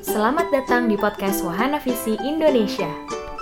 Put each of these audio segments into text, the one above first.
Selamat datang di podcast Wahana Visi Indonesia.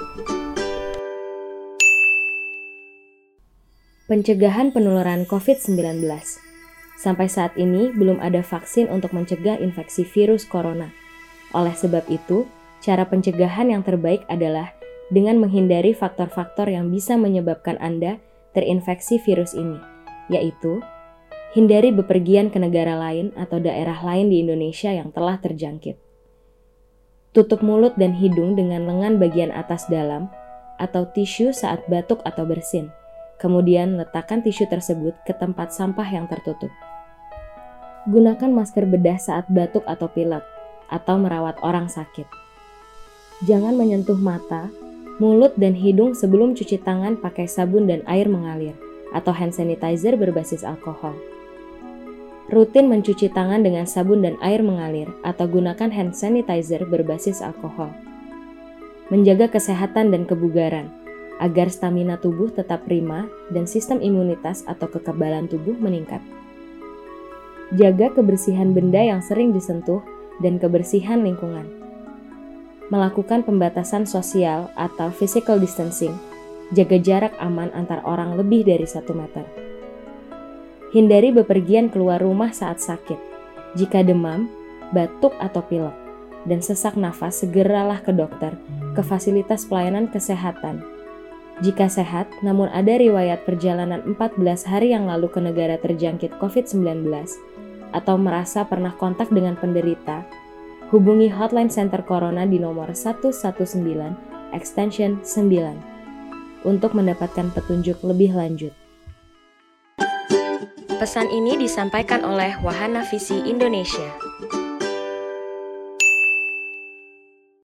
Pencegahan penularan COVID-19. Sampai saat ini belum ada vaksin untuk mencegah infeksi virus corona. Oleh sebab itu, cara pencegahan yang terbaik adalah dengan menghindari faktor-faktor yang bisa menyebabkan Anda terinfeksi virus ini, yaitu hindari bepergian ke negara lain atau daerah lain di Indonesia yang telah terjangkit. Tutup mulut dan hidung dengan lengan bagian atas dalam atau tisu saat batuk atau bersin. Kemudian letakkan tisu tersebut ke tempat sampah yang tertutup. Gunakan masker bedah saat batuk atau pilek atau merawat orang sakit. Jangan menyentuh mata, mulut, dan hidung sebelum cuci tangan pakai sabun dan air mengalir atau hand sanitizer berbasis alkohol. Rutin mencuci tangan dengan sabun dan air mengalir atau gunakan hand sanitizer berbasis alkohol. Menjaga kesehatan dan kebugaran agar stamina tubuh tetap prima dan sistem imunitas atau kekebalan tubuh meningkat. Jaga kebersihan benda yang sering disentuh dan kebersihan lingkungan. Melakukan pembatasan sosial atau physical distancing, jaga jarak aman antar orang lebih dari 1 meter. Hindari bepergian keluar rumah saat sakit. Jika demam, batuk atau pilek, dan sesak nafas, segeralah ke dokter, ke fasilitas pelayanan kesehatan. Jika sehat, namun ada riwayat perjalanan 14 hari yang lalu ke negara terjangkit COVID-19, atau merasa pernah kontak dengan penderita, hubungi Hotline Center Corona di nomor 119 extension 9 untuk mendapatkan petunjuk lebih lanjut. Pesan ini disampaikan oleh Wahana Visi Indonesia.